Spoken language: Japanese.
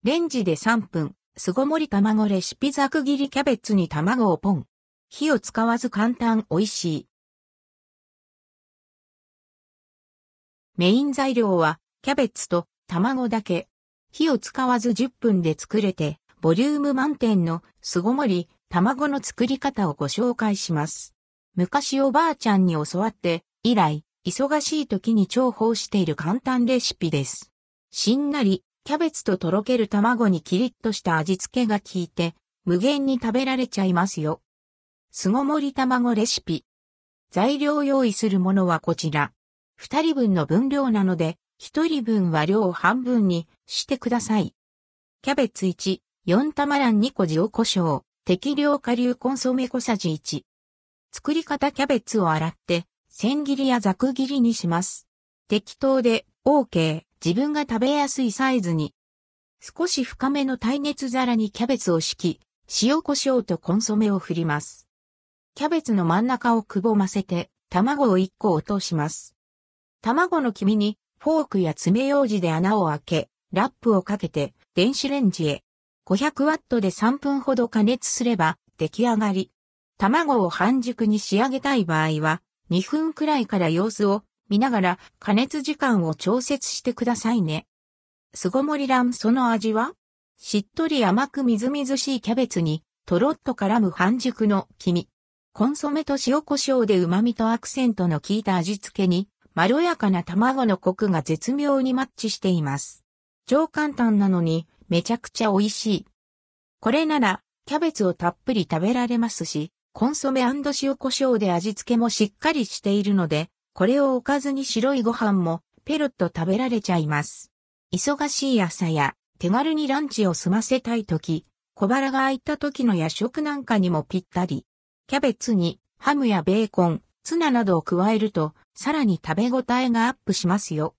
レンジで3分、巣ごもり卵レシピざく切りキャベツに卵をポン。火を使わず簡単美味しい。メイン材料は、キャベツと卵だけ。火を使わず10分で作れて、ボリューム満点の巣ごもり卵の作り方をご紹介します。昔おばあちゃんに教わって、以来、忙しい時に重宝している簡単レシピです。しんなり、キャベツととろける卵にキリッとした味付けが効いて、無限に食べられちゃいますよ。巣ごもり卵レシピ。材料用意するものはこちら。2人分の分量なので、1人分は量を半分にしてください。キャベツ1、4玉卵2個塩コショウ、適量顆粒コンソメ小さじ1。作り方キャベツを洗って、千切りやざく切りにします。適当で OK、自分が食べやすいサイズに。少し深めの耐熱皿にキャベツを敷き、塩コショウとコンソメを振ります。キャベツの真ん中をくぼませて、卵を1個落とします。卵の黄身に、フォークや爪楊枝で穴を開け、ラップをかけて、電子レンジへ。500ワットで3分ほど加熱すれば、出来上がり。卵を半熟に仕上げたい場合は、2分くらいから様子を見ながら加熱時間を調節してくださいね。巣ごもり卵その味は？しっとり甘くみずみずしいキャベツに、とろっと絡む半熟の黄身。コンソメと塩コショウで旨味とアクセントの効いた味付けに、まろやかな卵のコクが絶妙にマッチしています。超簡単なのに、めちゃくちゃ美味しい。これなら、キャベツをたっぷり食べられますし、コンソメ&塩コショウで味付けもしっかりしているので、これをおかずに白いご飯もペロッと食べられちゃいます。忙しい朝や手軽にランチを済ませたいとき、小腹が空いた時の夜食なんかにもぴったり。キャベツにハムやベーコン、ツナなどを加えると、さらに食べ応えがアップしますよ。